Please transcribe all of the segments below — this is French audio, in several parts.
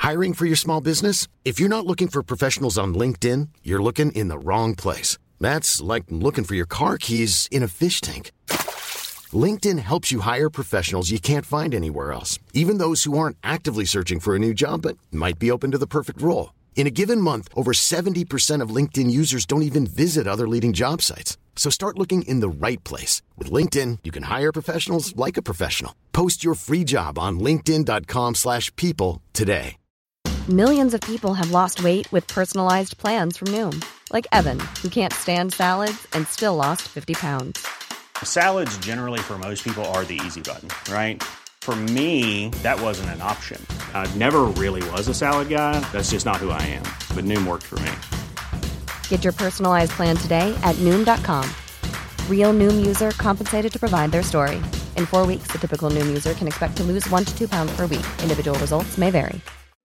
Hiring for your small business? If you're not looking for professionals on LinkedIn, you're looking in the wrong place. That's like looking for your car keys in a fish tank. LinkedIn helps you hire professionals you can't find anywhere else, even those who aren't actively searching for a new job but might be open to the perfect role. In a given month, over 70% of LinkedIn users don't even visit other leading job sites. So start looking in the right place. With LinkedIn, you can hire professionals like a professional. Post your free job on linkedin.com/people today. Millions of people have lost weight with personalized plans from Noom. Like Evan, who can't stand salads and still lost 50 pounds. Salads generally for most people are the easy button, right? For me, that wasn't an option. I never really was a salad guy. That's just not who I am. But Noom worked for me. Get your personalized plan today at Noom.com. Real Noom user compensated to provide their story. In 4 weeks, the typical Noom user can expect to lose 1 to 2 pounds per week. Individual results may vary.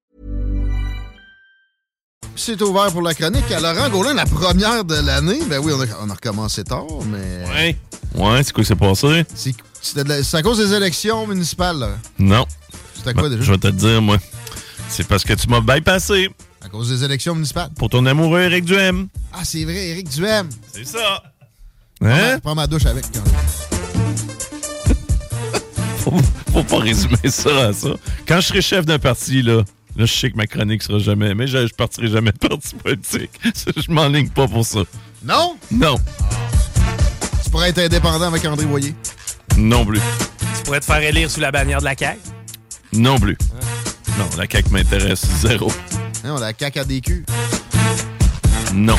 C'est ouvert pour la chronique à Laurent Gaulin, la première de l'année. Ben oui, on a recommencé tard, mais... Ouais, c'est quoi qui s'est passé? C'est à cause des élections municipales, là. Non. C'était quoi, déjà? Je vais te le dire, moi. C'est parce que tu m'as bypassé. À cause des élections municipales? Pour ton amoureux Éric Duhem. Ah, c'est vrai, Éric Duhem. C'est ça. Hein? Je prends ma douche avec, quand même. Faut pas résumer ça à ça. Quand je serai chef d'un parti, là, je sais que ma chronique sera jamais... Mais je partirai jamais de parti politique. Je m'enligne pas pour ça. Non? Non. Tu pourrais être indépendant avec André Boyer? Non plus. Tu pourrais te faire élire sous la bannière de la CAQ? Non plus. Non, la CAQ m'intéresse zéro. Non, la CAQ a des culs. Non.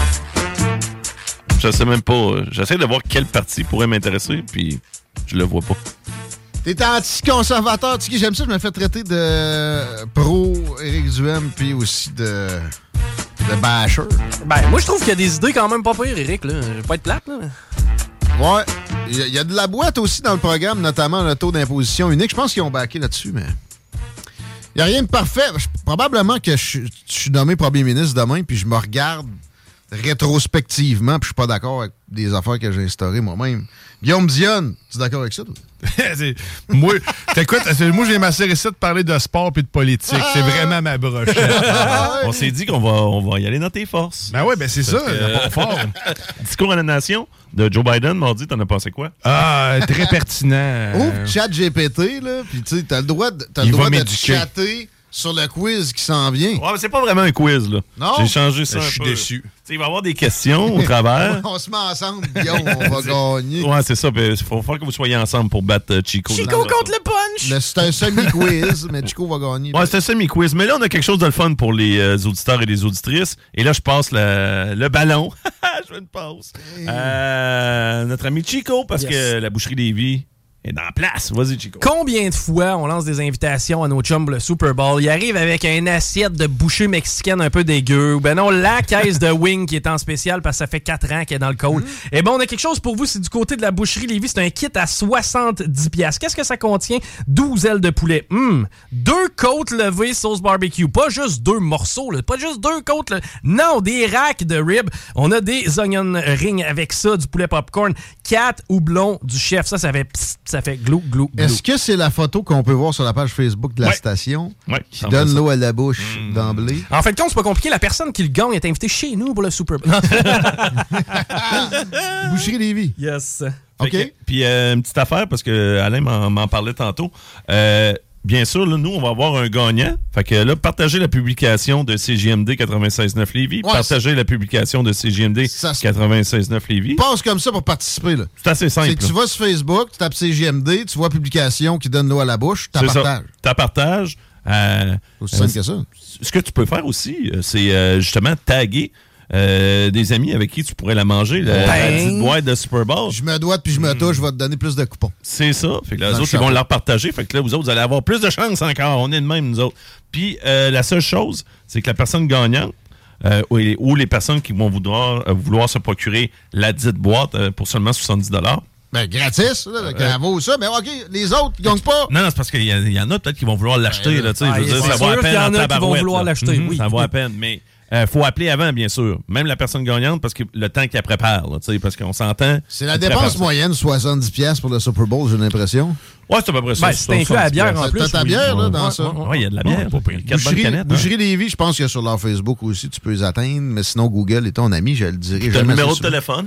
Je sais même pas. J'essaie de voir quel parti pourrait m'intéresser, puis je le vois pas. T'es anti-conservateur. Tu sais, j'aime ça, je me fais traiter de pro-Éric Duhem, puis aussi de basher. Ben, moi, je trouve qu'il y a des idées quand même pas pires, Éric, là. Je vais pas être plate, là. Ouais. Il y a de la boîte aussi dans le programme, notamment le taux d'imposition unique. Je pense qu'ils ont backé là-dessus, mais... Il n'y a rien de parfait. Probablement que je suis nommé premier ministre demain, puis je me regarde rétrospectivement, puis je suis pas d'accord avec des affaires que j'ai instaurées moi-même. Guillaume Dionne, tu es d'accord avec ça, toi? Moi, t'écoutes, moi, j'ai ma série ici de parler de sport puis de politique. C'est vraiment ma broche. On s'est dit qu'on va y aller dans tes forces. Ben oui, ben c'est ça, fort. Discours à la nation de Joe Biden, mardi, t'en as pensé quoi? Ah, très pertinent. Ouvre ChatGPT, là, puis tu sais, t'as le droit de chatter sur le quiz qui s'en vient. Ouais, mais c'est pas vraiment un quiz, là. Non? J'ai changé ça. Je suis déçu. Il va y avoir des questions au travers. On se met ensemble, Guillaume, on va gagner. Ouais, c'est ça. Il faut faire que vous soyez ensemble pour battre Chico. Chico contre le punch! Mais c'est un semi-quiz, mais Chico va gagner. Ouais, c'est un semi-quiz. Mais là, on a quelque chose de le fun pour les auditeurs et les auditrices. Et là, je passe le ballon. Je veux une pause. Notre ami Chico, parce que la boucherie Lévis est dans la place. Vas-y, Chico. Combien de fois on lance des invitations à nos chums pour le Super Bowl? Ils arrivent avec une assiette de bouchée mexicaine un peu dégueu. Ou ben non, la caisse de wing qui est en spécial parce que ça fait 4 ans qu'elle est dans le code. Et ben, on a quelque chose pour vous. C'est du côté de la boucherie Lévis. C'est un kit à 70$. Qu'est-ce que ça contient? 12 ailes de poulet. 2 côtes levées sauce barbecue. Pas juste 2 morceaux. Là. Pas juste 2 côtes. Non, des racks de ribs. On a des onion rings avec ça, du poulet popcorn. 4 houblons du chef. Ça fait glou, glou, glou. Est-ce que c'est la photo qu'on peut voir sur la page Facebook de la station qui donne l'eau à la bouche d'emblée? En fait, c'est pas compliqué. La personne qui le gagne est invitée chez nous pour le Super Bowl. Boucherie Lévis. Yes. OK. Puis une petite affaire, parce que Alain m'en parlait tantôt. Bien sûr, là, nous, on va avoir un gagnant. Fait que là, partagez la publication de CJMD 96.9 Lévis. Ouais, partagez la publication de CJMD 96.9 Lévis. Passe comme ça pour participer, là. C'est assez simple. Tu vas sur Facebook, tu tapes CJMD, tu vois publication qui donne l'eau à la bouche, tu partages. Tu partages. Aussi simple que ça. Ce que tu peux faire aussi, c'est justement taguer des amis avec qui tu pourrais la manger, la petite boîte de Super Bowl. Je me doite puis je me touche, je vais te donner plus de coupons. C'est ça. Fait que là, les autres, ils vont la repartager. Fait que là, vous autres, vous allez avoir plus de chance encore. On est de même, nous autres. Puis, la seule chose, c'est que la personne gagnante ou les personnes qui vont vouloir se procurer la dite boîte pour seulement 70$. Ben, gratis, là, ça vaut ça. Mais OK, les autres, ils gagnent pas. Non, c'est parce qu'il y en a peut-être qui vont vouloir l'acheter. Là, ça vaut à peine. Il y en a qui vont vouloir l'acheter, oui. Ça vaut à peine. Mais faut appeler avant, bien sûr. Même la personne gagnante, parce que le temps qu'elle prépare, là, parce qu'on s'entend. C'est la dépense moyenne, 70$ pour le Super Bowl, j'ai l'impression. Ouais, c'est à peu près ça. Ben, c'est inclus à la bière en plus. T'as ta bière, là, dans ça. Oui, il y a de la bière. Boucherie Lévis, je pense qu'il y a sur leur Facebook aussi, tu peux les atteindre, mais sinon, Google est ton ami, je le dirai. T'as le numéro de téléphone?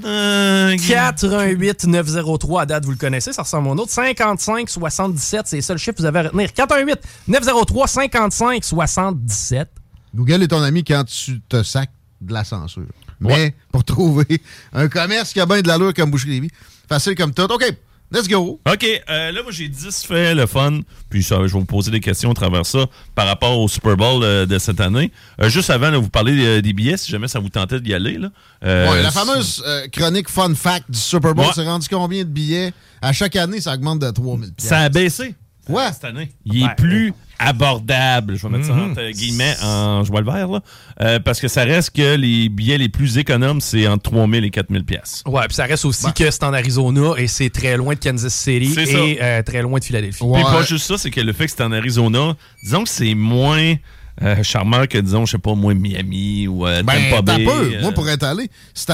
418 903 à date, vous le connaissez, ça ressemble à mon autre. 55 77, c'est ça le chiffre que vous avez à retenir. 418 903 55 77. Google est ton ami quand tu te sacs de la censure. Mais pour trouver un commerce qui a bien de l'allure comme Boucherie Lévis, facile comme tout. OK. Let's go. OK. Là, moi, j'ai 10 faits, le fun. Puis ça, je vais vous poser des questions à travers ça par rapport au Super Bowl de cette année. Juste avant de vous parler des billets, si jamais ça vous tentait d'y aller. Là. La fameuse chronique Fun Fact du Super Bowl, c'est rendu combien de billets? À chaque année, ça augmente de 3000$. Ça a baissé. Cette année. Il est plus abordable, je vais mettre ça entre guillemets en joie le vert, là, parce que ça reste que les billets les plus économes, c'est entre 3000 et 4000$. Ouais, puis ça reste aussi que c'est en Arizona et c'est très loin de Kansas City et très loin de Philadelphie. Puis pas juste ça, c'est que le fait que c'est en Arizona, disons que c'est moins charmeur que, disons, je sais pas, moi, Miami ou Tampa Bay. Moi, pour être allé, c'est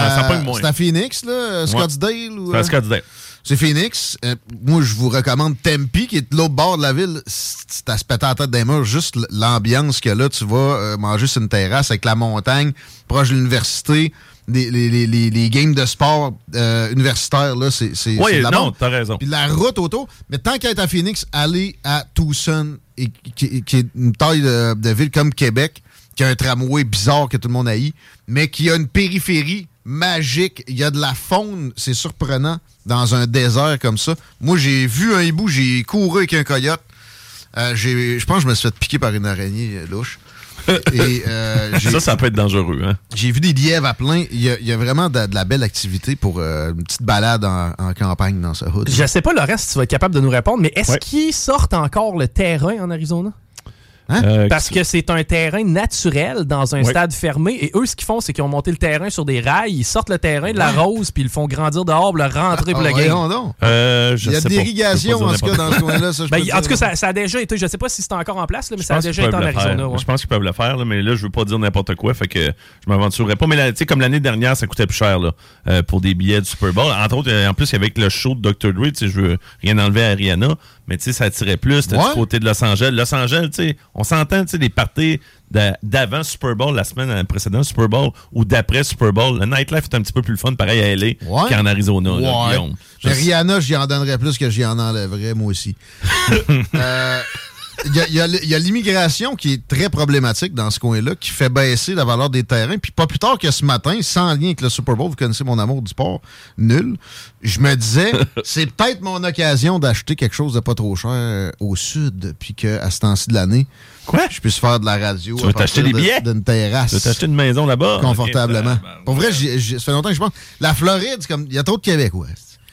à Phoenix, là, Scottsdale ou... C'est à Scottsdale. C'est Phoenix. Moi, je vous recommande Tempe, qui est de l'autre bord de la ville. C'est à se péter la tête des murs. Juste l'ambiance que là, tu vas manger sur une terrasse avec la montagne, proche de l'université. Les games de sport universitaires, là, c'est oui, là-bas. Non, t'as raison. Puis la route autour. Mais tant qu'à être à Phoenix, aller à Tucson, qui est une taille de ville comme Québec, qui a un tramway bizarre que tout le monde haït, mais qui a une périphérie magique. Il y a de la faune, c'est surprenant, dans un désert comme ça. Moi, j'ai vu un hibou, j'ai couru avec un coyote. Je pense que je me suis fait piquer par une araignée louche. Et, ça peut être dangereux. Hein? J'ai vu des lièvres à plein. Il y a vraiment de la belle activité pour une petite balade en campagne dans ce hood. Je sais pas, Laurent, si tu vas être capable de nous répondre, mais est-ce qu'ils sortent encore le terrain en Arizona? Parce que c'est un terrain naturel dans un stade fermé. Et eux, ce qu'ils font, c'est qu'ils ont monté le terrain sur des rails. Ils sortent le terrain de la rose, puis ils le font grandir dehors, le rentrer pour le game. Il y a de l'irrigation, en tout cas, dans ce coin-là. En tout cas, ça a déjà été. Je sais pas si c'est encore en place, là, mais ça a déjà été en Arizona. Je pense qu'ils peuvent le faire, là, mais là, je veux pas dire n'importe quoi. Fait que je m'aventurerai pas. Mais tu sais, comme l'année dernière, ça coûtait plus cher là, pour des billets du Super Bowl. Entre autres, en plus, avec le show de Dr. Dre, je veux rien enlever à Rihanna. Mais tu sais, ça attirait plus. C'était du côté de Los Angeles. Los Angeles, tu sais, on s'entend, tu sais, des parties d'avant Super Bowl, la semaine précédente Super Bowl ou d'après Super Bowl. Le nightlife est un petit peu plus le fun, pareil à LA qu'en Arizona. Là, mais Rihanna, j'y en donnerais plus que j'y en enlèverais, moi aussi. Il y a l'immigration qui est très problématique dans ce coin-là, qui fait baisser la valeur des terrains. Puis pas plus tard que ce matin, sans lien avec le Super Bowl, vous connaissez mon amour du sport, nul, je me disais, c'est peut-être mon occasion d'acheter quelque chose de pas trop cher au sud, puis qu'à ce temps-ci de l'année, je puisse faire de la radio. Tu veux t'acheter des billets? D'une terrasse. Tu veux t'acheter une maison là-bas? Confortablement. Pour vrai, ça fait longtemps que je pense. La Floride, c'est comme, il y a trop de Québécois.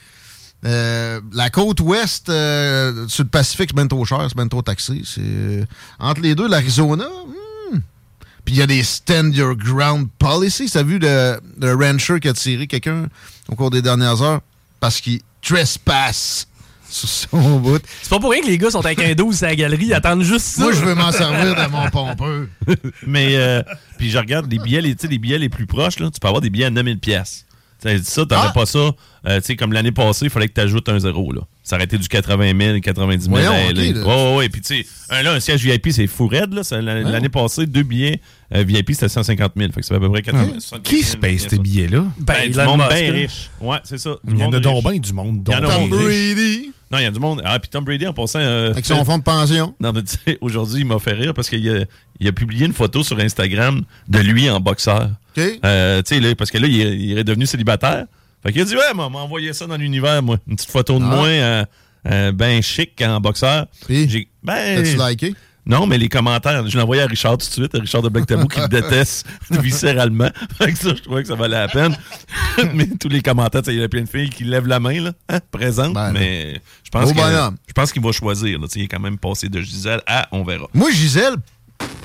La côte ouest sur le Pacifique, c'est bien trop cher, c'est bien trop taxé. Entre les deux, l'Arizona, puis il y a des stand your ground policy. T'as vu le rancher qui a tiré quelqu'un au cours des dernières heures parce qu'il trespasse sur son bout. C'est pas pour rien que les gars sont avec un 12 à la galerie, ils attendent juste ça. Moi, je veux m'en servir de mon pompeux. Mais, puis je regarde les billets, les billets les plus proches, là, tu peux avoir des billets à 9000$. Ça, t'aurais pas ça. Comme l'année passée, il fallait que tu ajoutes un zéro. Là. Ça aurait été du 80 000, 90 000 à LA. Oui, puis tu sais, un siège VIP, c'est fou raide. Là. L'année passée, 2 billets VIP, c'était 150 000. Fait que ça fait à peu près 80 000. Qui se paye ces billets-là? Du monde bien riche. Ouais, c'est ça. Il y en a donc bien du monde. Tom Brady. Non, il y a du monde. Ah, puis Tom Brady, en passant... avec son fonds de pension. Non, mais tu sais, aujourd'hui, il m'a fait rire parce qu'il a publié une photo sur Instagram de lui en boxeur. OK. Tu sais, là, parce que là, il est devenu célibataire. Fait qu'il a dit, m'a envoyé ça dans l'univers, moi. Une petite photo de moi, ben chic en boxeur. Puis, t'as-tu liké? Non, mais les commentaires, je l'ai envoyé à Richard tout de suite, à Richard de Black Tabou, qui le déteste viscéralement. Fait que ça, je trouvais que ça valait la peine. Mais tous les commentaires, il y a plein de filles qui lèvent la main, là, présente, mais je pense qu'il va choisir. Là, il est quand même passé de Gisèle à on verra. Moi, Gisèle,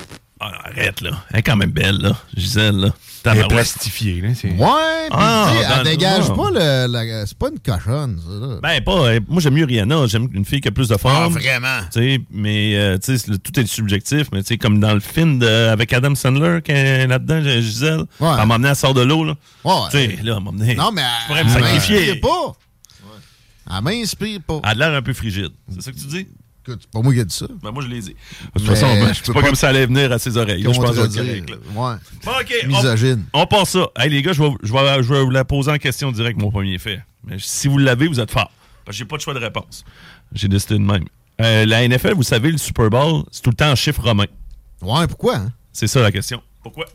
Ah, arrête, là. Elle est quand même belle, là. Gisèle, là. Elle est plastifiée, là. Ouais, puis elle dégage pas c'est pas une cochonne, ça, là. Ben, pas. Moi, j'aime mieux Rihanna. J'aime une fille qui a plus de forme. Ah, vraiment? Tu sais, mais, tu sais, tout est subjectif. Mais, tu sais, comme dans le film avec Adam Sandler, qui est là-dedans, Gisèle. Ouais. Elle m'a emmené à sort de l'eau, là. Ouais. Tu sais, là, elle m'a emmené. Non, mais je pourrais me sacrifier. Elle m'inspire pas. Elle m'inspire pas. Elle a l'air un peu frigide. C'est ça que tu dis? Écoute, c'est pas moi qui ai dit ça. Ben, moi, je l'ai dit. De toute façon, c'est pas comme ça allait venir à ses oreilles. Là, je pense que c'est correct. Là. Ouais. Bon, OK. Misogyne. On passe ça. Hey, les gars, je vais vous la poser en question direct, mon premier fait. Mais si vous l'avez, vous êtes fort. Parce que j'ai pas de choix de réponse. J'ai décidé de même. La NFL, vous savez, le Super Bowl, c'est tout le temps en chiffre romain. Ouais, pourquoi? Hein? C'est ça la question. Pourquoi?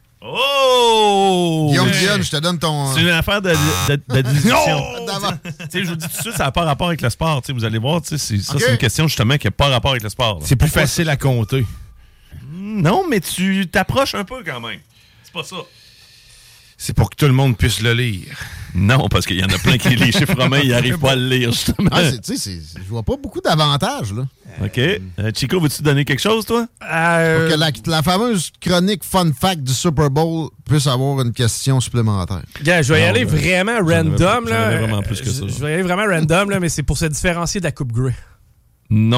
Oh! Guillaume Dionne, je te donne ton... C'est une affaire de discussion. Je vous dis tout de suite, ça n'a pas rapport avec le sport. T'sais, vous allez voir, c'est une question justement qui n'a pas rapport avec le sport. C'est plus facile à compter. Non, mais tu t'approches un peu quand même. C'est pas ça. C'est pour que tout le monde puisse le lire. Non, parce qu'il y en a plein qui, les chiffres romains, ils n'arrivent pas à le lire, justement. Ah, je vois pas beaucoup d'avantages, là. OK. Chico, veux-tu donner quelque chose, toi? Pour que la fameuse chronique Fun Fact du Super Bowl puisse avoir une question supplémentaire. Yeah, je vais y aller vraiment random, là. Vraiment plus que ça. Je vais y aller vraiment random, là, mais c'est pour se différencier de la Coupe Grey. Non.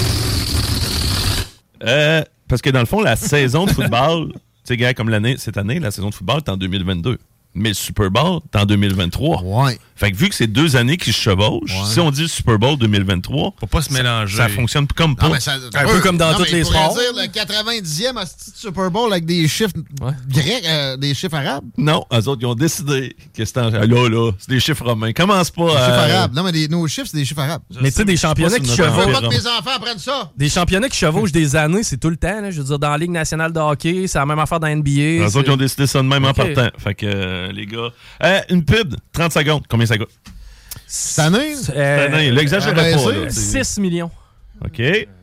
Parce que dans le fond, la saison de football, tu sais, gars, comme cette année, la saison de football est en 2022. Mais le Super Bowl est en 2023. Ouais. Fait que vu que c'est 2 années qui se chevauchent, si on dit le Super Bowl 2023, faut pas se mélanger. Ça fonctionne comme pas. Un peu comme dans tous les sports. Dire le 90e Super Bowl avec des chiffres grecs, des chiffres arabes? Non, eux autres, ils ont décidé que c'était là, c'est des chiffres romains. Commence pas des chiffres arabes. Non, mais nos chiffres, c'est des chiffres arabes. Mais tu sais, des championnats qui chevauchent. Je veux pas que mes enfants apprennent ça. Des championnats qui chevauchent des années, c'est tout le temps. Là. Je veux dire, dans la Ligue nationale de hockey, c'est la même affaire dans la NBA. Eux autres, ils ont décidé ça de même en partant. Fait que, les gars. Une pub, 30 secondes. Combien ça coûte? Cette année? L'exagérait pas. 6 millions. OK.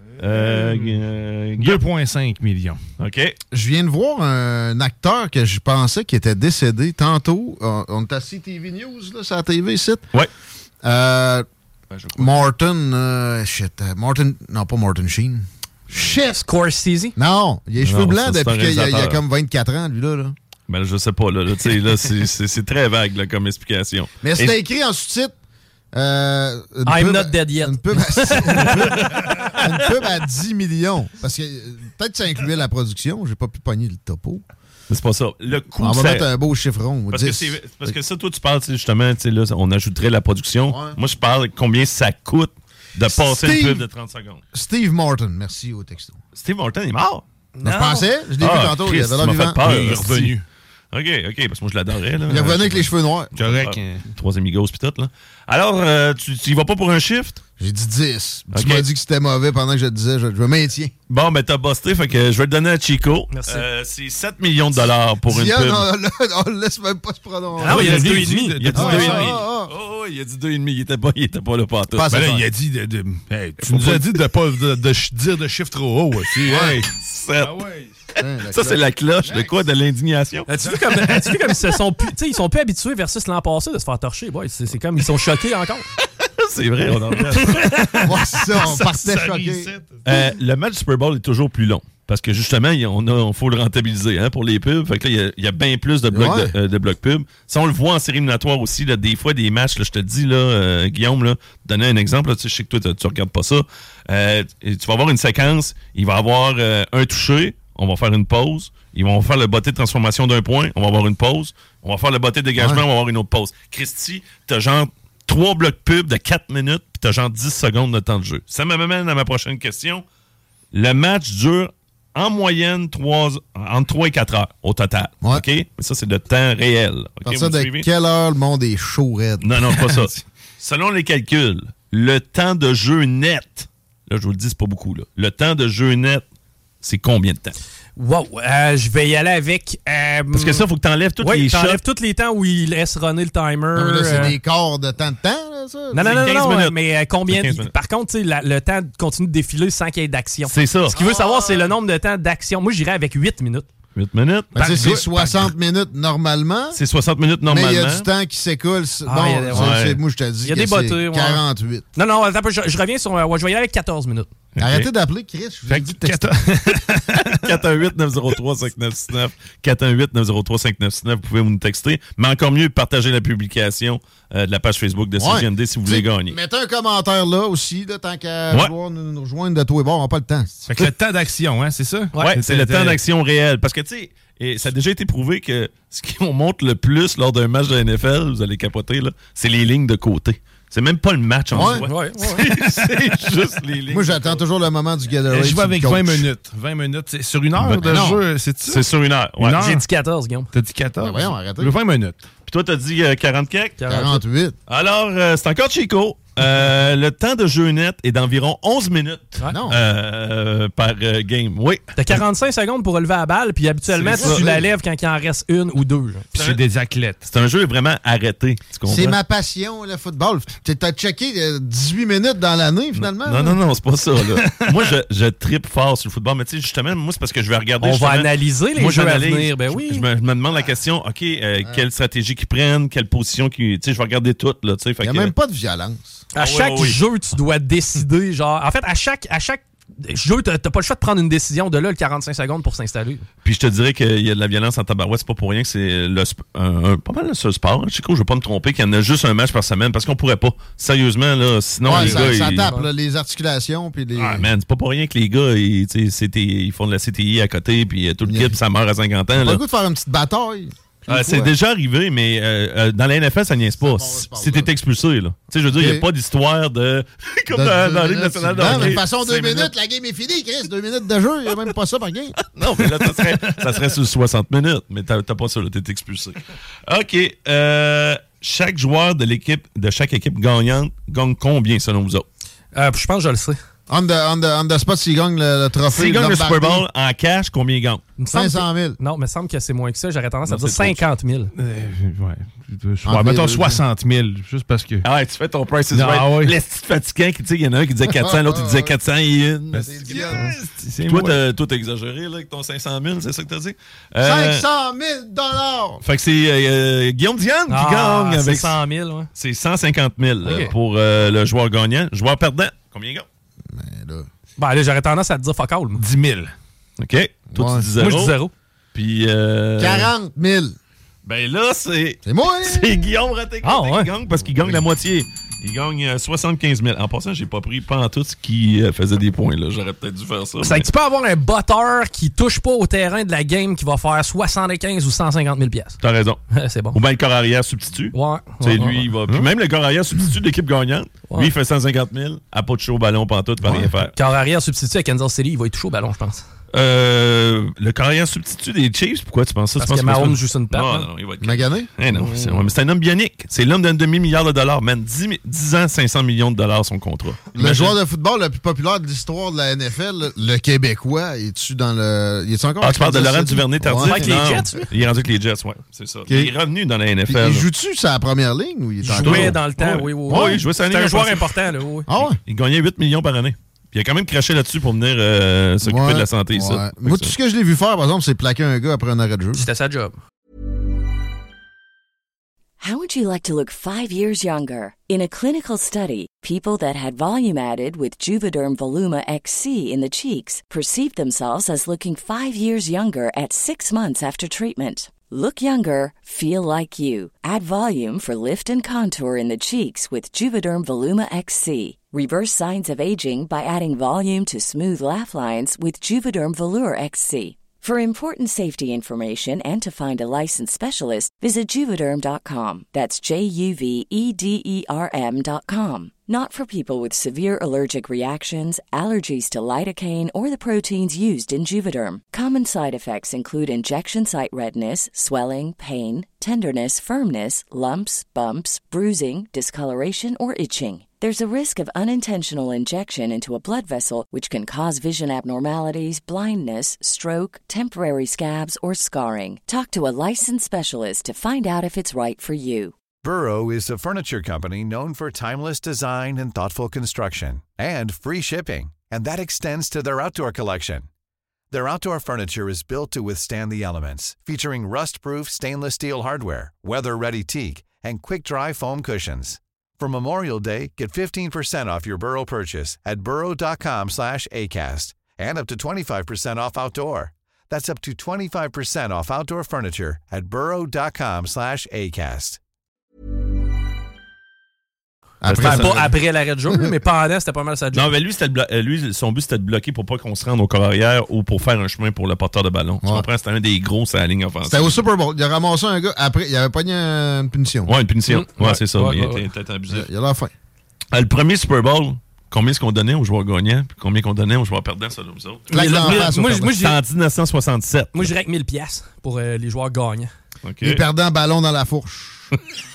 2,5 millions. OK. Je viens de voir un acteur que je pensais qu'il était décédé tantôt. On est à CTV News, là, sur la TV, site. Ouais. Martin, non, pas Martin Sheen. Shit! Scorsese? Non, il a les cheveux blancs depuis qu'il a comme 24 ans, lui-là. Ben, je sais pas, là c'est très vague là, comme explication. Mais c'était écrit en sous-titre. I'm not dead yet. Une pub à 10 millions. Parce que peut-être que ça incluait la production. J'ai pas pu pogner le topo. Mais c'est pas ça. Le coût, on va mettre un beau chiffron. Parce que ça, toi, tu parles justement, là, on ajouterait la production. Ouais. Moi, je parle combien ça coûte de passer une pub de 30 secondes. Steve Martin, merci au texto. Steve Martin est mort? Non. Je pensais, je l'ai vu tantôt. Christ, il avait l'air vivant. Il est revenu. OK, parce que moi, je l'adorais. Là. Il est revenu avec les cheveux noirs. Correct. Troisième Migos pis tout, là. Alors, tu y vas pas pour un shift? J'ai dit 10. Tu m'as dit que c'était mauvais pendant que je te disais, je me maintiens. Bon, ben t'as busté, fait que je vais le donner à Chico. Merci. C'est 7 millions de dollars pour une pub. On le laisse même pas se prononcer. Ah oui, il a dit 2,5. Il a dit 2,5. Oh, il a dit 2,5. Il était pas là partout. Ben là, il a dit tu nous as dit de pas dire de chiffre trop haut aussi. Ouais. 7. Ah ouais. Ça, c'est la cloche de quoi? De l'indignation. As-tu vu comme ils se sont plus... ils sont plus habitués versus l'an passé de se faire torcher. Ouais, c'est comme ils sont choqués encore. C'est vrai, on en revient. C'est ça, on partait choqués. Le match Super Bowl est toujours plus long. Parce que justement, il faut le rentabiliser pour les pubs. Fait que là, il y a bien plus de blocs de blocs pubs. Ça, on le voit en série éliminatoire aussi. Là, des fois, des matchs, là, je te dis, là, Guillaume, là, donner un exemple. Là, je sais que toi, tu regardes pas ça. Tu vas avoir une séquence. Il va y avoir un touché. On va faire une pause. Ils vont faire le botté de transformation d'un point. On va avoir une pause. On va faire le botté de dégagement. On va avoir une autre pause. Christy, t'as genre 3 blocs pub de 4 minutes puis t'as genre 10 secondes de temps de jeu. Ça m'amène à ma prochaine question. Le match dure en moyenne entre 3 et 4 heures au total. Ouais. OK? Mais ça, c'est de temps réel. À partir de quelle heure le monde est chaud raide? Non, c'est pas ça. Selon les calculs, le temps de jeu net, là, je vous le dis, c'est pas beaucoup, là. Le temps de jeu net, c'est combien de temps? Wow, je vais y aller avec... Parce que ça, il faut que tu enlèves tous les shots. t'enlèves tous les temps où il laisse runner le timer. Non, mais là, c'est des quarts de temps, là, ça? Non, 15 minutes. Mais combien... Par contre, tu sais, le temps continue de défiler sans qu'il y ait d'action. C'est ça. Ce qu'il veut savoir, c'est le nombre de temps d'action. Moi, j'irais avec 8 minutes. 8 minutes? C'est 60 minutes normalement. C'est 60 minutes normalement. Mais il y a du temps qui s'écoule. Moi, je te dis que c'est 48. Non, attends, je reviens sur... je vais y aller avec 14 minutes. Arrêtez d'appeler Chris. Je vous ai dit 14 418-903-5969. 418-903-5969. Vous pouvez nous texter. Mais encore mieux, partagez la publication de la page Facebook de CJMD si vous voulez gagner. Mettez un commentaire là aussi, là, tant qu'à nous rejoindre de tous les bords, on n'a pas le temps. Fait que le temps d'action, hein, c'est ça? Ouais, c'est le temps d'action réel. Parce que, tu sais, et ça a déjà été prouvé que ce qu'on montre le plus lors d'un match de la NFL, vous allez capoter, là, c'est les lignes de côté. C'est même pas le match en soi. Ouais. C'est juste les lignes. Moi, j'attends toujours le moment du Gatorade. Je vais avec 20 minutes. 20 minutes, c'est sur une heure de jeu, c'est ça? C'est sur une heure. Ouais. J'ai dit 14, Guillaume. T'as dit 14? Ben voyons, arrêtez. 20 minutes. Puis toi, t'as dit 40 quelques? 48. Alors, c'est encore Chico. Le temps de jeu net est d'environ 11 minutes par game. Oui. T'as 45 secondes pour relever la balle, puis habituellement, tu la lèves quand il en reste une ou deux. Puis c'est des athlètes. C'est un jeu vraiment arrêté. C'est ma passion, le football. T'as checké 18 minutes dans l'année, finalement? Non, c'est pas ça. Là. Moi, je trippe fort sur le football, mais tu sais, justement, moi, c'est parce que je vais regarder... On va analyser les jeux à venir, ben oui. Je me demande la question, OK, quelle stratégie qu'ils prennent, quelle position qu'ils... Tu sais, je vais regarder tout, là, tu sais. Il n'y a même pas de violence. À chaque jeu, tu dois décider, genre... En fait, à chaque jeu, t'as pas le choix de prendre une décision de là, le 45 secondes pour s'installer. Puis je te dirais qu'il y a de la violence en tabarouette. C'est pas pour rien que c'est pas mal le seul sport. Je sais que je vais pas me tromper qu'il y en a juste un match par semaine parce qu'on pourrait pas. Sérieusement, là, sinon les gars... Ça tape, là, les articulations. Puis les... Ah, man, c'est pas pour rien que les gars, ils font de la CTI à côté, puis tout le kit, puis ça meurt à 50 ans. Pas là. le goût de faire une petite bataille. C'est déjà arrivé, mais dans la NFL, ça niaise pas. Si t'es expulsé, là. Tu sais, je veux dire, il n'y a pas d'histoire de... Comme dans la Ligue nationale de hockey. De toute façon, 2 minutes, la game est finie, Chris. 2 minutes de jeu, il n'y a même pas ça par game. Non, mais là, ça serait sur 60 minutes, mais t'as pas ça, là, t'es expulsé. OK. Chaque joueur de chaque équipe gagnante gagne combien, selon vous autres? Je pense que je le sais. On the spot, s'il gagne le trophée. S'il gagne le Super Bowl en cash, combien il gagne? 500 000. Non, mais il me semble que c'est moins que ça. J'aurais tendance à dire 50 000. Mettons 60 000, juste parce que... Ah ouais, tu fais ton price is right. Ouais. Les petits fatigants, il y en a un qui disait 400, l'autre il disait 401. Toi, t'as exagéré là, avec ton 500 000, c'est ça que t'as dit? 500 000 Fait que c'est Guillaume Diane qui gagne avec... 100 000, ouais. C'est 150 000 pour le joueur gagnant. Joueur perdant, combien il gagne? Là, j'aurais tendance à te dire fuck all. 10 000. OK. Toi, tu dis 0. Moi, je dis 0. Puis... 40 000. Ben là, c'est moi. C'est Guillaume Raté qui gagne parce qu'il gagne la moitié. Il gagne 75 000. En passant, j'ai pas pris pantoute ce qui faisait des points. Là. J'aurais peut-être dû faire ça. C'est que tu peux avoir un botteur qui touche pas au terrain de la game qui va faire 75 ou 150 000 piastres. T'as raison. C'est bon. Ou bien le corps arrière substitut. Ouais. Lui, il va. Puis même le corps arrière substitut de l'équipe gagnante, lui, il fait 150 000 à pas de chaud au ballon pantoute, pas rien faire. Corps arrière substitut à Kansas City, il va y toucher au ballon, je pense. Le carrière substitut des Chiefs, pourquoi tu penses ça? Parce que Mahomes joue sur une patte. Non, il va être... Magané? Non, c'est un homme bionique. C'est l'homme d'un demi-milliard de dollars, man. 10 ans, 500 millions de dollars, son contrat. Le joueur de football le plus populaire de l'histoire de la NFL, le Québécois, es-tu dans le... Il est encore tu parles de Laurent Duvernay-Tardif? Avec les Jets, oui. Il est rendu avec les Jets, ouais, c'est ça. Il est revenu dans la NFL. Il joue-tu sa première ligne ou il est jouait dans le temps, oui. Oui, il jouait sa ligne. C'est un joueur important, là, oui. Ah ouais? Il gagnait 8 millions par année. Puis il a quand même craché là-dessus pour venir s'occuper de la santé. Ça. Moi, tout ce que je l'ai vu faire, par exemple, c'est plaquer un gars après un arrêt de jeu. C'était sa job. How would you like to look 5 years younger? In a clinical study, people that had volume added with Juvederm Voluma XC in the cheeks perceived themselves as looking 5 years younger at 6 months after treatment. Look younger, feel like you. Add volume for lift and contour in the cheeks with Juvederm Voluma XC. Reverse signs of aging by adding volume to smooth laugh lines with Juvederm Volure XC. For important safety information and to find a licensed specialist, visit Juvederm.com. That's JUVEDERM.com. Not for people with severe allergic reactions, allergies to lidocaine, or the proteins used in Juvederm. Common side effects include injection site redness, swelling, pain, tenderness, firmness, lumps, bumps, bruising, discoloration, or itching. There's a risk of unintentional injection into a blood vessel, which can cause vision abnormalities, blindness, stroke, temporary scabs, or scarring. Talk to a licensed specialist to find out if it's right for you. Burrow is a furniture company known for timeless design and thoughtful construction, and free shipping, and that extends to their outdoor collection. Their outdoor furniture is built to withstand the elements, featuring rust-proof stainless steel hardware, weather-ready teak, and quick-dry foam cushions. For Memorial Day, get 15% off your Burrow purchase at burrow.com/ACAST and up to 25% off outdoor. That's up to 25% off outdoor furniture at burrow.com/ACAST. Pas après l'arrêt de jeu, mais pendant, c'était pas mal sa job. Non, mais lui, son but, c'était de bloquer pour pas qu'on se rende au corps arrière ou pour faire un chemin pour le porteur de ballon. Tu comprends? C'était un des gros sur la ligne offensive. C'était au Super Bowl. Il a ramassé un gars. Après, il avait pogné une punition. Ouais, une punition. Ouais, c'est ça. Il était peut-être abusif. Il a l'air fin. Le premier Super Bowl, combien est-ce qu'on donnait aux joueurs gagnants puis combien qu'on donnait aux joueurs perdants, ça, nous autres? Moi, c'était en 1967. Moi, je dirais que 1000$ pour les joueurs gagnants. Okay. Les perdants, ballon dans la fourche.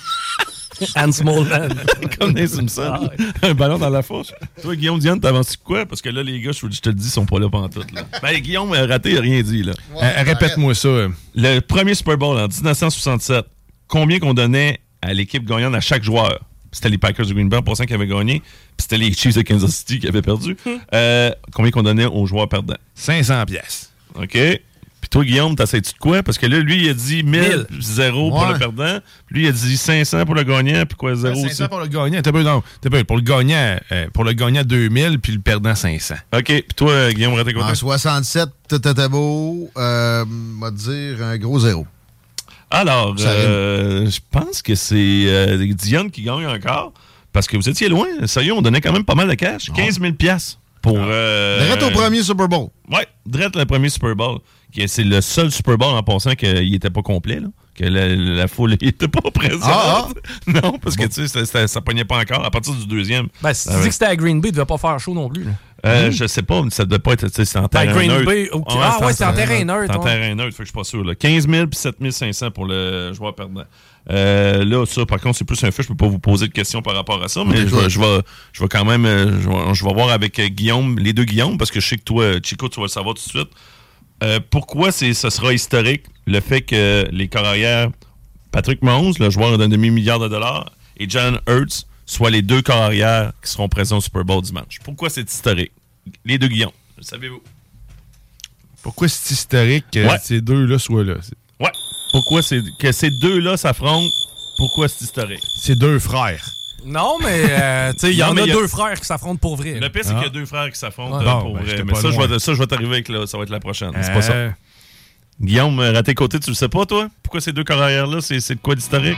Anne Smallman. Comme des Simpsons. Ah, ouais. Un ballon dans la fourche. Toi, Guillaume Diane, t'avances-tu quoi? Parce que là, les gars, je te le dis, ils sont pas là pantoute. Là. Ben, Guillaume raté, il a rien dit. Là. Ouais, répète-moi ça. Le premier Super Bowl en 1967, combien qu'on donnait à l'équipe gagnante à chaque joueur? C'était les Packers de Green Bay, pour cent qui avaient gagné. Puis c'était les Chiefs de Kansas City qui avaient perdu. Combien qu'on donnait aux joueurs perdants? 500$. OK. Puis toi, Guillaume, t'essayes-tu de quoi? Parce que là, lui, il a dit 1000, 0 pour le perdant. Lui, il a dit 500 pour le gagnant, puis quoi, 0 aussi? 500 pour le gagnant. Pour le gagnant, 2000, puis le perdant, 500. OK. Puis toi, Guillaume, raté quoi? En 67, tout était beau. On va dire un gros 0. Alors, je pense que c'est Diane qui gagne encore, parce que vous étiez loin. Sérieux, on donnait quand même pas mal de cash. 15 000 $. Pour. Direct au premier Super Bowl. Oui, direct le premier Super Bowl. C'est le seul Super Bowl en pensant qu'il n'était pas complet, là. Que la foule n'était pas présente. Non, parce que tu sais, ça pognait pas encore à partir du deuxième. Ben, si tu dis que c'était à Green Bay, il ne devait pas faire chaud non plus. Là. Je sais pas, mais ça devait pas être. C'est en terrain Green neutre. Bay, okay. C'est en terrain neutre. C'est en terrain neutre, fait que je suis pas sûr. Là. 15 000 puis 7 500 pour le joueur perdant. Là, ça, par contre, c'est plus un fait. Je peux pas vous poser de questions par rapport à ça, mais je vais quand même. Je vais voir avec Guillaume, les deux Guillaume, parce que je sais que toi, Chico, tu vas le savoir tout de suite. Pourquoi ce sera historique, le fait que les corps arrière, Patrick Mahomes, le joueur d'un demi-milliard de dollars, et Jalen Hurts soient les deux corps arrière qui seront présents au Super Bowl dimanche? Pourquoi c'est historique? Les deux Guillaume, le savez-vous? Pourquoi c'est historique que ces deux-là soient là? Ouais. Pourquoi que ces deux-là s'affrontent? Pourquoi c'est historique? C'est deux frères. Non, mais il y en a deux frères qui s'affrontent pour vrai. Le pire, c'est qu'il y a deux frères qui s'affrontent pour vrai. Mais ça, je vais t'arriver avec ça va être la prochaine. C'est pas ça. Guillaume, à tes côtés, tu le sais pas, toi? Pourquoi ces deux carrières-là, c'est de quoi d'historique?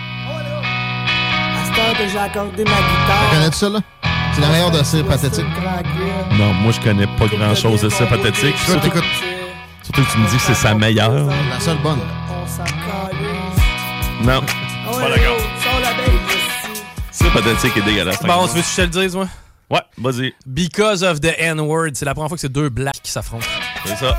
Que j'ai accordé ma guitare. Connais-tu ça, là? C'est la meilleure de Cire Pathétique. Non, moi, je connais pas grand-chose de Cire Pathétique. Surtout que tu me dis que c'est sa meilleure. La seule bonne. Non, pas d'accord. Cire Pathétique est dégueulasse. Bon, tu veux que je te le dise, moi? Ouais, vas-y. Because of the N-word, c'est la première fois que c'est deux blacks qui s'affrontent. C'est ça.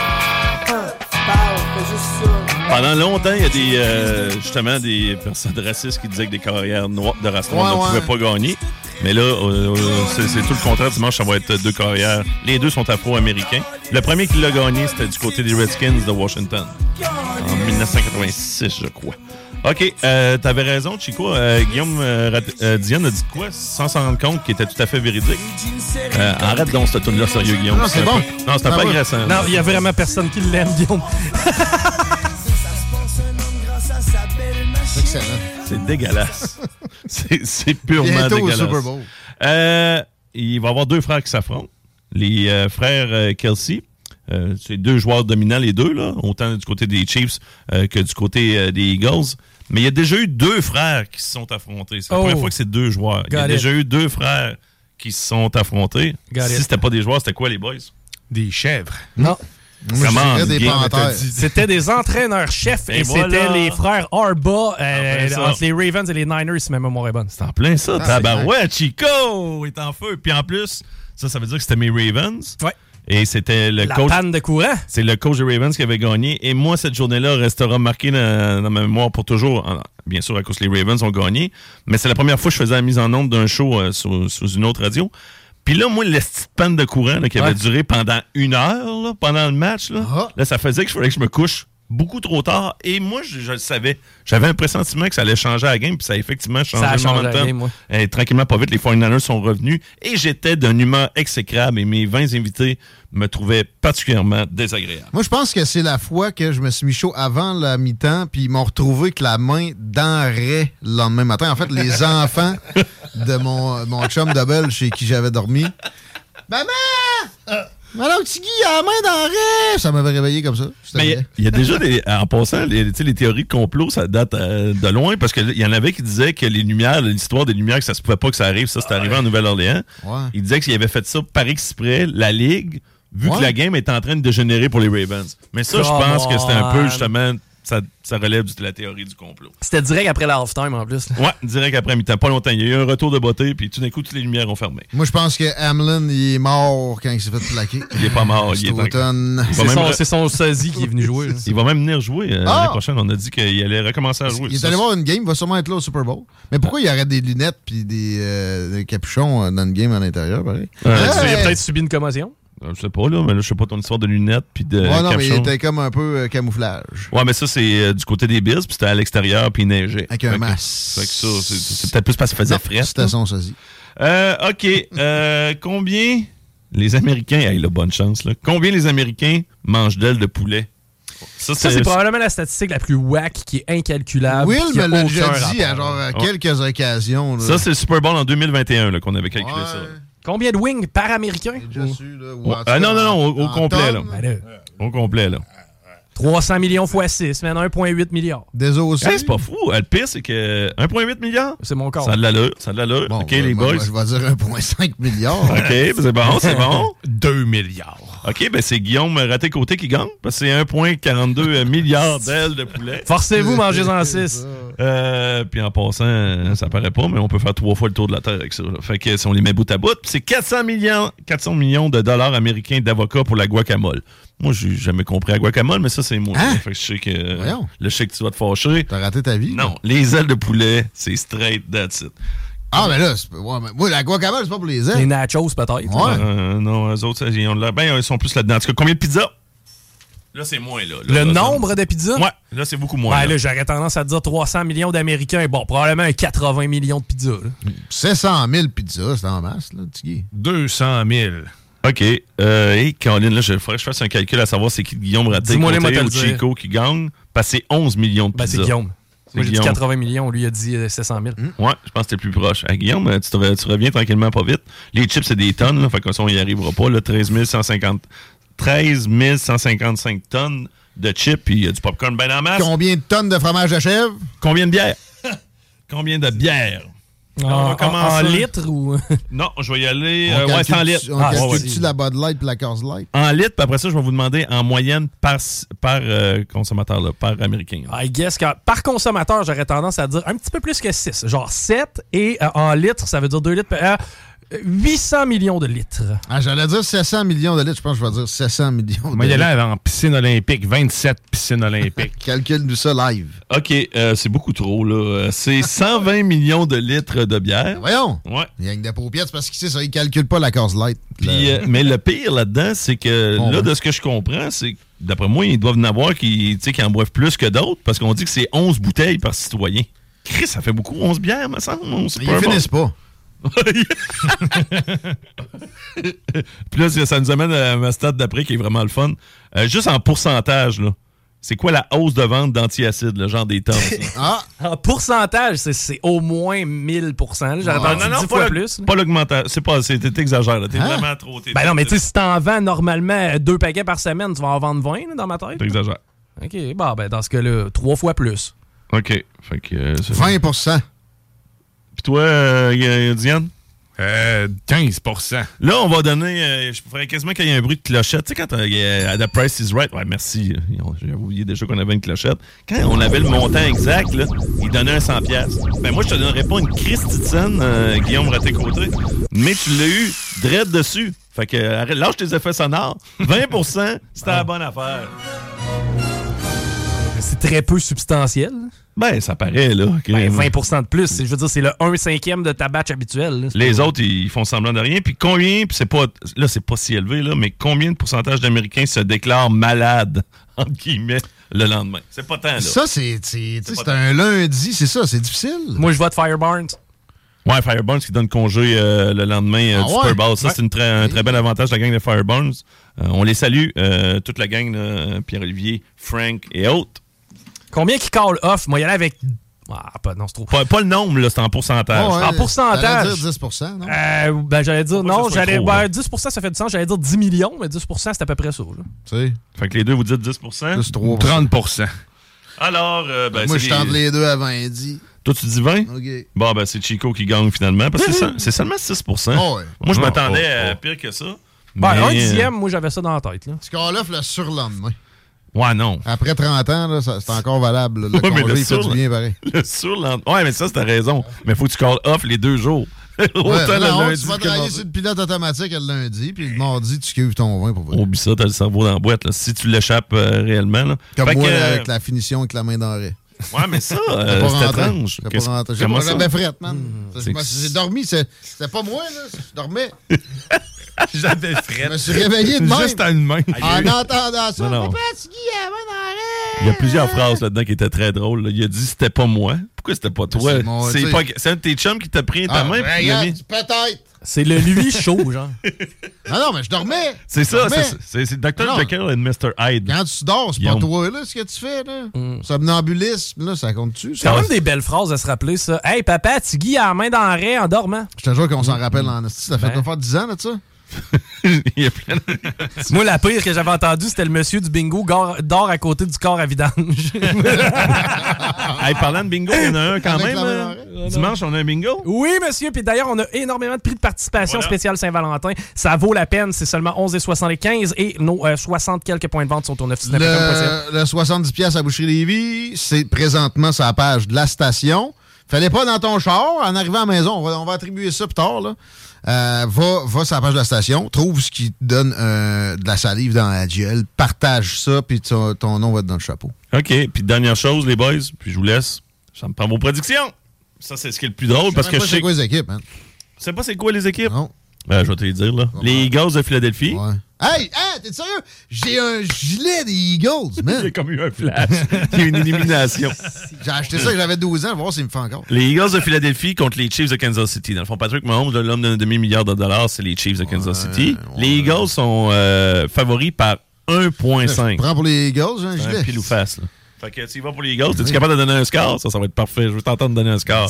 Pendant longtemps, il y a justement des personnes racistes qui disaient que des carrières noires de race noire ne pouvaient pas gagner. Mais là, c'est tout le contraire. Dimanche, ça va être deux carrières. Les deux sont afro-américains. Le premier qui l'a gagné, c'était du côté des Redskins de Washington. En 1986, je crois. OK, t'avais raison, Chico. Guillaume Diane a dit quoi sans s'en rendre compte, qui était tout à fait véridique. Arrête donc cette tune-là, sérieux, Guillaume. Non, c'est bon. Non, c'est un peu agressant. Non, il y a vraiment personne qui l'aime, Guillaume. Excellent. C'est dégueulasse. c'est purement bientôt dégueulasse. Au Super Bowl. Il va y avoir deux frères qui s'affrontent. Les frères Kelsey. C'est deux joueurs dominants, les deux, là, autant du côté des Chiefs que du côté des Eagles. Mais il y a déjà eu deux frères qui se sont affrontés. C'est la première fois que c'est deux joueurs. Il y a déjà eu deux frères qui se sont affrontés. Si c'était pas des joueurs, c'était quoi, les boys? Des chèvres. Non. Comment? Des panthères. C'était des entraîneurs-chefs et c'était les frères Arba entre les Ravens et les Niners, si ma mémoire est bonne. C'est en plein ça. Tabarouette, Chico est en feu. Puis en plus, ça veut dire que c'était mes Ravens. Ouais. Et c'était le coach. La panne de courant. C'est le coach des Ravens qui avait gagné. Et moi, cette journée-là restera marquée dans ma mémoire pour toujours. Bien sûr, à cause que les Ravens ont gagné. Mais c'est la première fois que je faisais la mise en onde d'un show sous une autre radio. Puis là, moi, la petite panne de courant là, qui avait duré pendant 1 heure, là, pendant le match, là, ça faisait qu'il fallait que je me couche beaucoup trop tard. Et moi, je le savais. J'avais un pressentiment que ça allait changer la game, puis ça a effectivement changé le momentum. Et tranquillement, pas vite, les 49ers sont revenus. Et j'étais d'un humeur exécrable et mes 20 invités me trouvaient particulièrement désagréable. Moi, je pense que c'est la fois que je me suis mis chaud avant la mi-temps, puis ils m'ont retrouvé que la main denrait le lendemain matin. En fait, les enfants de mon chum Double chez qui j'avais dormi. Maman! Alors, petit Guy, il a la main dans le rêve. Ça m'avait réveillé comme ça. Mais il y a déjà en passant, les théories de complot, ça date de loin, parce qu'il y en avait qui disaient que les lumières, l'histoire des lumières, que ça se pouvait pas que ça arrive, ça, c'est arrivé en Nouvelle-Orléans. Ouais. Ils disaient qu'il avait fait ça par exprès, la Ligue, vu que la game était en train de dégénérer pour les Ravens. Mais ça, je pense que c'était un peu, justement... Ça relève de la théorie du complot. C'était direct après la halftime en plus. Ouais, direct après mi-temps. Pas longtemps. Il y a eu un retour de beauté, puis tout d'un coup, toutes les lumières ont fermé. Moi, je pense que Hamlin, il est mort quand il s'est fait plaquer. Il est pas mort. Il est encore... C'est son sosie qui est venu jouer. Là. Il va même venir jouer l'année prochaine. On a dit qu'il allait recommencer à jouer. Il est allé voir une game, il va sûrement être là au Super Bowl. Mais pourquoi il y aurait des lunettes puis des capuchons dans une game à l'intérieur, pareil? Il a peut-être subi une commotion. Je sais pas, là, mais là, je sais pas ton histoire de lunettes puis de capuchon. Non, mais il était comme un peu camouflage. Ouais, mais ça, c'est du côté des Bills, puis c'était à l'extérieur, puis il neigeait. Avec un masque. Fait que ça, c'est peut-être plus parce qu'il faisait frais. C'était son sosie. OK. Combien les Américains... Hey, là, bonne chance, là. Combien les Américains mangent d'ailes de poulet? Ça, c'est probablement la statistique la plus whack qui est incalculable. Will me l'a déjà dit à quelques occasions. Là. Ça, c'est le Super Bowl en 2021 là, qu'on avait calculé ça. Combien de wings par Américain? Non, au complet, là. Au complet, là. 300 millions x 6, man, 1,8 milliard. Désossé. Hey, c'est pas fou. Le pire, c'est que 1,8 milliard. C'est mon corps. Ça a de l'allure. Bon, OK, les boys. Je vais dire 1,5 milliard. OK, c'est bon. 2 milliards. OK, ben c'est Guillaume Raté-Côté qui gagne, parce que c'est 1,42 milliard d'ailes de poulet. Forcez-vous, mangez-en 6. Puis en passant, ça paraît pas, mais on peut faire 3 fois le tour de la Terre avec ça. Là. Fait que si on les met bout à bout, c'est 400 millions de dollars américains d'avocats pour la guacamole. Moi, j'ai jamais compris la guacamole, mais ça, c'est moi. Hein? Fait que je sais que le chèque que tu vas te fâcher. T'as raté ta vie? Non, les ailes de poulet, c'est straight, that's it. Ah, mais là, moi, la guacamole, c'est pas pour les ailes. Les nachos, peut-être. Ouais. Non, eux autres, ils sont plus là-dedans. En tout cas, combien de pizzas? Là, c'est moins, là. Le nombre de pizzas? Ouais, là, c'est beaucoup moins. Ouais, là, j'aurais tendance à te dire 300 millions d'Américains. Bon, probablement 80 millions de pizzas. Là. 700 000 pizzas, c'est en masse, là, Tigui. 200 000. OK. Et Caroline, là, il faudrait que je fasse un calcul à savoir c'est qui Guillaume Raté-Côté ou Chico qui gagne. Parce que c'est 11 millions de pizzas. C'est Guillaume. Moi, j'ai dit 80 millions. Lui, il a dit 700 000. Ouais, je pense que t'es plus proche. Guillaume, tu reviens tranquillement pas vite. Les chips, c'est des tonnes. Là, fait que ça, on y arrivera pas. Là, 13 155 tonnes de chips. Puis il y a du popcorn bien en masse. Combien de tonnes de fromage de chèvre? Combien de bières? Combien de bières? En litres ou... Non, je vais y aller. C'est en litres. On calcule-tu la Bud Light et la Coors Light? En litres, puis après ça, je vais vous demander en moyenne par consommateur, là, par américain. I guess que par consommateur, j'aurais tendance à dire un petit peu plus que 6. Genre 7. Et en litres, ça veut dire 2 litres. 800 millions de litres. Ah, j'allais dire 700 millions de litres. Je pense que je vais dire 700 millions de litres. Moi, il y a là en piscine olympique, 27 piscines olympiques. Calcule-nous ça live. OK, c'est beaucoup trop, là. C'est 120 millions de litres de bière. Voyons. Ouais. Il y a une des paupiètes parce qu'il sait ça, il calcule pas la Coors Light. Puis, mais le pire là-dedans, c'est que, de ce que je comprends, c'est que, d'après moi, ils doivent en avoir qui en boivent plus que d'autres parce qu'on dit que c'est 11 bouteilles par citoyen. Chris, ça fait beaucoup, 11 bières, me semble. Ils finissent pas. Puis là, ça nous amène à ma stat d'après qui est vraiment le fun. Juste en pourcentage, là. C'est quoi la hausse de vente d'antiacide, le genre des tonnes? En pourcentage, c'est au moins 1000%. J'aurais pas 10 fois plus. Pas l'augmentation. T'es exagères. T'es vraiment trop... Ben non, mais tu sais, si t'en vends normalement 2 paquets par semaine, tu vas en vendre 20 là, dans ma tête. T'exagères. OK, bon, ben dans ce cas-là, 3 fois plus. OK. Fait que... 20%. Puis toi, Diane? 15%. Là, on va donner... je ferais quasiment qu'il y ait un bruit de clochette. Tu sais, quand The Price is Right... Ouais, merci. J'ai oublié déjà qu'on avait une clochette. Quand on avait le montant exact, là, il donnait un 100$. Ben moi, je te donnerais pas une Christie de scène, Guillaume Raté-Côté, mais tu l'as eu direct dessus. Fait que lâche tes effets sonores. 20%, c'était la bonne affaire. C'est très peu substantiel. Ben, ça paraît, là. Ben, 20% de plus. Je veux dire, c'est le 1/5 de ta batch habituelle. Là. Les autres, ils font semblant de rien. Puis combien, puis c'est pas si élevé, là, mais combien de pourcentage d'Américains se déclarent malades, entre guillemets, le lendemain? C'est pas tant, là. Ça, c'est un lundi, c'est ça, c'est difficile. Moi, je vote Fireburns. Ouais, Fireburns qui donne congé le lendemain du Super Bowl. Ça, c'est un très bel avantage de la gang de Fireburns. On les salue, toute la gang, Pierre-Olivier, Frank et autres. Combien qui call off? Moi, il y en a avec Non, c'est trop. Pas le nombre, là, c'est en pourcentage. Oh, ouais, en pourcentage. T'allais dire 10%, non? J'allais dire non. 10%, ça fait du sens. J'allais dire 10 millions, mais 10%, c'est à peu près ça. Là. Tu sais. Fait que les deux, vous dites 10%? Plus 3%. 30%. Alors, moi, je tente les deux à 20 dit. Toi, tu dis 20? OK. Bon, ben, c'est Chico qui gagne finalement, parce que c'est seulement 6%. Oh, ouais. Moi, je m'attendais à pire que ça. Un dixième, moi, j'avais ça dans la tête. Là. Ce qu'on offre le surlendemain. Ouais, non. Après 30 ans, là, c'est encore valable. Là. Le congé, il fait du bien pareil. Le surlendemain. Ouais, mais ça, t'as raison. Mais faut que tu call off les 2 jours. Autant le lundi tu vas travailler sur le pilote automatique le lundi, puis le mardi, tu cuves ton vin pour vrai. Oublie ça, t'as le cerveau dans la boîte. Là. Si tu l'échappes réellement. Là. Comme moi, avec la finition avec la main d'arrêt. Ouais, mais ça, c'est étrange. Comment ça? J'avais frette, man. J'ai dormi, c'était pas moi, là. Je dormais. J'avais frette. Je me suis réveillé de même. Juste à une main. En entendant ça, non. Papa, tu dis, la main d'arrêt. Il y a plusieurs phrases là-dedans qui étaient très drôles. Là. Il a dit c'était pas moi. Pourquoi c'était pas toi? C'est un de tes chums qui t'a pris ta main. Peut-être. C'est le lui chaud, genre. Non, mais je dormais. C'est ça, c'est Dr. Jekyll et Mr. Hyde. Quand tu dors, c'est pas toi, là, ce que tu fais, là. Somnambulisme, là, ça compte-tu? C'est quand même des belles phrases à se rappeler, ça. Hey, papa, Tiggy a la main d'arrêt en dormant. Je te jure qu'on s'en rappelle en esti. Ça fait faire 10 ans, là, de ça. Il y a plein de... Moi, la pire que j'avais entendue, c'était le monsieur du bingo dort à côté du corps à vidange. Hey, parlant de bingo, il y en a un quand même. Dimanche, on a un bingo? Oui, monsieur. Puis d'ailleurs, on a énormément de prix de participation spéciale Saint-Valentin. Ça vaut la peine. C'est seulement 11,75 et nos 60 quelques points de vente sont au 969. Le 70$ à Boucherie Lévis, c'est présentement sur la page de la station. Fallait pas dans ton char. En arrivant à la maison, on va attribuer ça plus tard, là. Va sur la page de la station, trouve ce qui te donne de la salive dans la gueule, partage ça, puis ton nom va être dans le chapeau. OK. Puis dernière chose, les boys, puis je vous laisse. Ça me prend vos prédictions. Ça, c'est ce qui est le plus drôle, parce que je sais... c'est quoi les équipes, hein? Tu sais pas c'est quoi les équipes? Non. Je vais te les dire, là. Les Eagles de Philadelphie. Ouais. Hey, t'es sérieux? J'ai un gilet des Eagles, man. Il y a comme eu un flash. Il y a eu une élimination. J'ai acheté ça quand j'avais 12 ans, on va voir s'il me fait encore. Les Eagles de Philadelphie contre les Chiefs de Kansas City. Dans le fond, Patrick Mahomes, l'homme d'un demi-milliard de dollars, c'est les Chiefs de Kansas City. Les Eagles sont favoris par 1,5. Je prends pour les Eagles, j'ai un gilet. Un pile ou face, là. Fait que tu y vas pour les Eagles. Es-tu capable de donner un score? Ça va être parfait. Je veux t'entendre donner un score.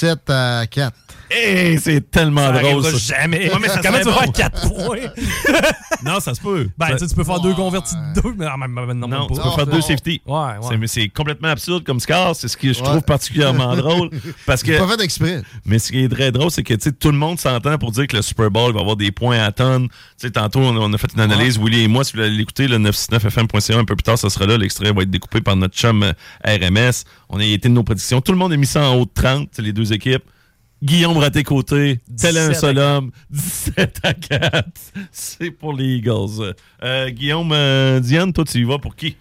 17-4. Hey, c'est tellement drôle, ça. Jamais. Ouais, mais ça comment tu vas bon. faire 4 points? Non, ça se peut. Ben, tu peux faire 2 convertis de 2, mais non, tu peux faire 2 safety. Ouais. Mais c'est complètement absurde comme score. C'est ce que je trouve particulièrement drôle. Parce que, pas fait exprès. Mais ce qui est très drôle, c'est que tout le monde s'entend pour dire que le Super Bowl va avoir des points à tonnes. Tantôt, on a fait une analyse, Willy et moi. Si vous voulez l'écouter, le 969fm.ca, un peu plus tard, ça sera là. L'extrait va être découpé par notre chum RMS. On a été de nos prédictions. Tout le monde a mis ça en haut de 30, les deux équipes. Guillaume Raté-Côté, tel un seul homme, 17-4. C'est pour les Eagles. Guillaume, Diane, toi, tu y vas pour qui?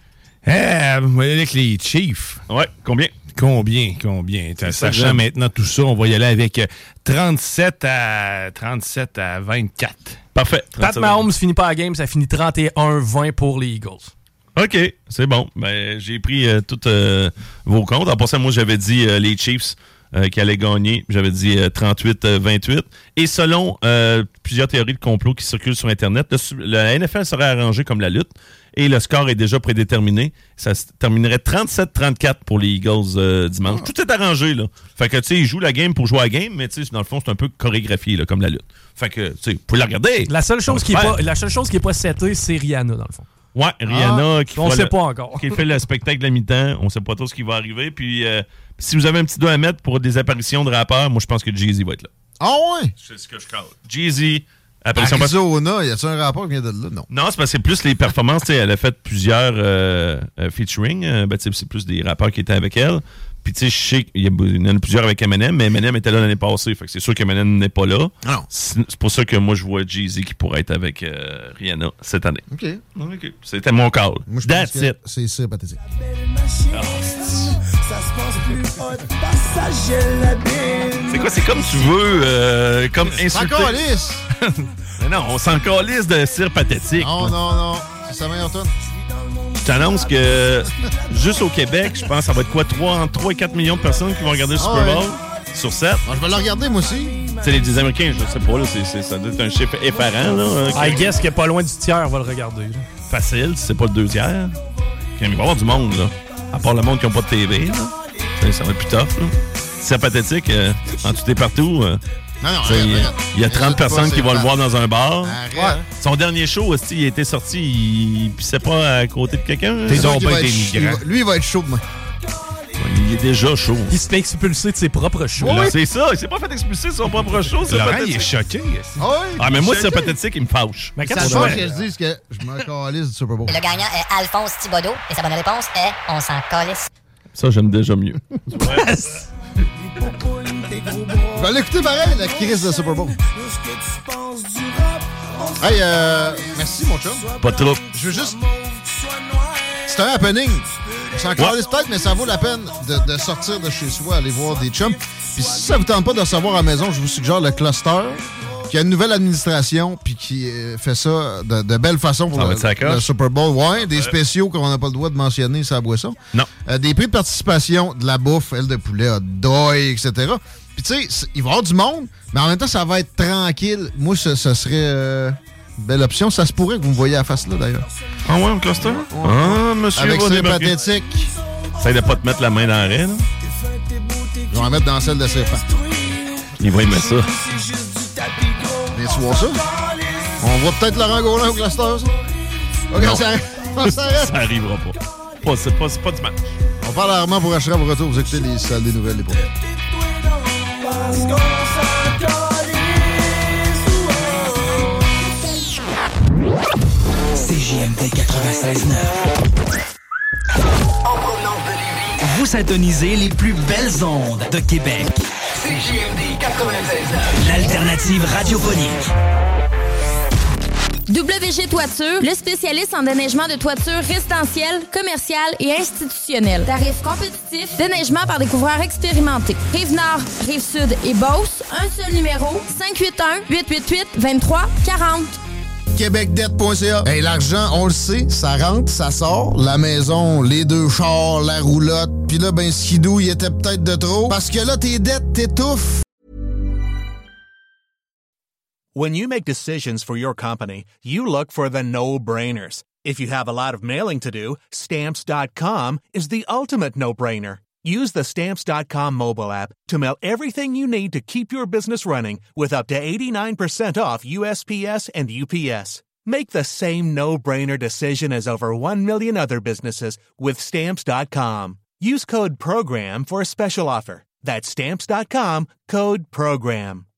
Avec les Chiefs. Ouais, combien? Combien? Sachant maintenant tout ça, on va y aller avec 37 à 24. Parfait. Pat Mahomes finit pas la game, ça finit 31-20 pour les Eagles. OK, c'est bon. Ben, j'ai pris tous vos comptes. En passant, moi, j'avais dit les Chiefs qui allaient gagner. J'avais dit 38-28. Et selon plusieurs théories de complot qui circulent sur Internet, la NFL serait arrangée comme la lutte et le score est déjà prédéterminé. Ça se terminerait 37-34 pour les Eagles dimanche. Tout est arrangé, là. Fait que, tu sais, ils jouent la game pour jouer à la game, mais, tu sais, dans le fond, c'est un peu chorégraphié, là, comme la lutte. Fait que, tu sais, vous pouvez la regarder. La seule chose qui est pas setée, c'est Rihanna, dans le fond. Ouais, Rihanna on ne sait pas encore. Qui fait le spectacle de la mi-temps. On ne sait pas trop ce qui va arriver. Puis, si vous avez un petit doigt à mettre pour des apparitions de rappeurs, moi, je pense que Jay-Z va être là. Ah ouais? C'est ce que je call. Jay-Z, apparition... Arizona, y a-t-il un rapport qui vient de là? Non. Non, c'est parce que c'est plus les performances. Elle a fait plusieurs featuring. C'est plus des rappeurs qui étaient avec elle. Puis, tu sais, je sais qu'il y en a plusieurs avec Eminem, mais Eminem était là l'année passée. Fait que c'est sûr qu'Eminem n'est pas là. Non. C'est pour ça que moi, je vois Jay-Z qui pourrait être avec Rihanna cette année. OK. C'était mon call. Moi, je That's pense it. C'est sympathique. C'est quoi? C'est comme tu veux, comme insulter. C'est calisse! Mais non, on s'en calisse de cire pathétique. Non. C'est sa meilleure tonne. Je t'annonce que juste au Québec, je pense que ça va être quoi? Entre 3 et 4 millions de personnes qui vont regarder le Super Bowl sur 7. Je vais le regarder, moi aussi. C'est les Américains, je sais pas, là, ça doit être un chiffre effarant. Là, I guess que pas loin du tiers va le regarder. Là. Facile, si c'est pas le 2 tiers. Il va y avoir du monde, là. À part le monde qui n'a pas de TV. Là. Ça va être plus tough. Là. C'est pathétique. En tout et partout. Non, il y a 30 personnes qui vont le voir dans un bar. Arrête. Son dernier show, il a été sorti, il pissait pas à côté de quelqu'un. T'es donc bien dénigrant. Lui, il va être chaud demain. Il est déjà chaud. Il se fait expulser de ses propres shows. Oui. C'est ça. Il s'est pas fait expulser de son propre show. Laurent, il est choqué. Mais moi, c'est pathétique, il me fâche. Mais quand tu vois que je dis que je me calisse du Super Bowl. Le gagnant est Alphonse Thibodeau et sa bonne réponse est on s'en calisse. Ça, j'aime déjà mieux. Je vais aller écouter pareil, la crise de Super Bowl. Hey, merci, mon chum. Pas trop. Je veux juste... C'est un happening. On s'en calisse peut-être, mais ça vaut la peine de sortir de chez soi, aller voir des chums. Puis si ça vous tente pas de recevoir à la maison, je vous suggère le Cluster, qui a une nouvelle administration, puis qui fait ça de belle façon pour le Super Bowl. Ouais, des spéciaux qu'on n'a pas le droit de mentionner sur la boisson. Non. Des prix de participation, de la bouffe, aile de poulet, hot dog, etc. Puis tu sais, il va y avoir du monde, mais en même temps, ça va être tranquille. Moi, ce serait une belle option. Ça se pourrait que vous me voyez à la face là, d'ailleurs. Ah ouais, un cluster? Ouais. Ah, monsieur. Avec ses pathétiques. Essaye de pas te mettre la main dans la raie, là. Je vais en mettre dans celle de ses fans. Il va aimer ça. Viens-tu voir ça? On voit peut-être Laurent Gaulin au cluster, ça? OK, ça s'arrête. Ça arrivera pas. C'est pas du match. On parle à Armand pour acheter au retour. Vous écoutez les salles des nouvelles, les pauvres. CJMD 96.9. Vous syntonisez les plus belles ondes de Québec. CJMD 96.9. L'alternative radiophonique. WG Toiture, le spécialiste en déneigement de toitures résidentielles, commerciales et institutionnelles. Tarifs compétitifs, déneigement par des couvreurs expérimentés. Rive-Nord, Rive-Sud et Beauce, un seul numéro, 581-888-2340. Québecdebt.ca. Hey, l'argent, on le sait, ça rentre, ça sort. La maison, les deux chars, la roulotte. Puis là, ben, skidou, il était peut-être de trop. Parce que là, tes dettes t'étouffent. When you make decisions for your company, you look for the no-brainers. If you have a lot of mailing to do, Stamps.com is the ultimate no-brainer. Use the Stamps.com mobile app to mail everything you need to keep your business running with up to 89% off USPS and UPS. Make the same no-brainer decision as over 1 million other businesses with Stamps.com. Use code PROGRAM for a special offer. That's Stamps.com, code PROGRAM.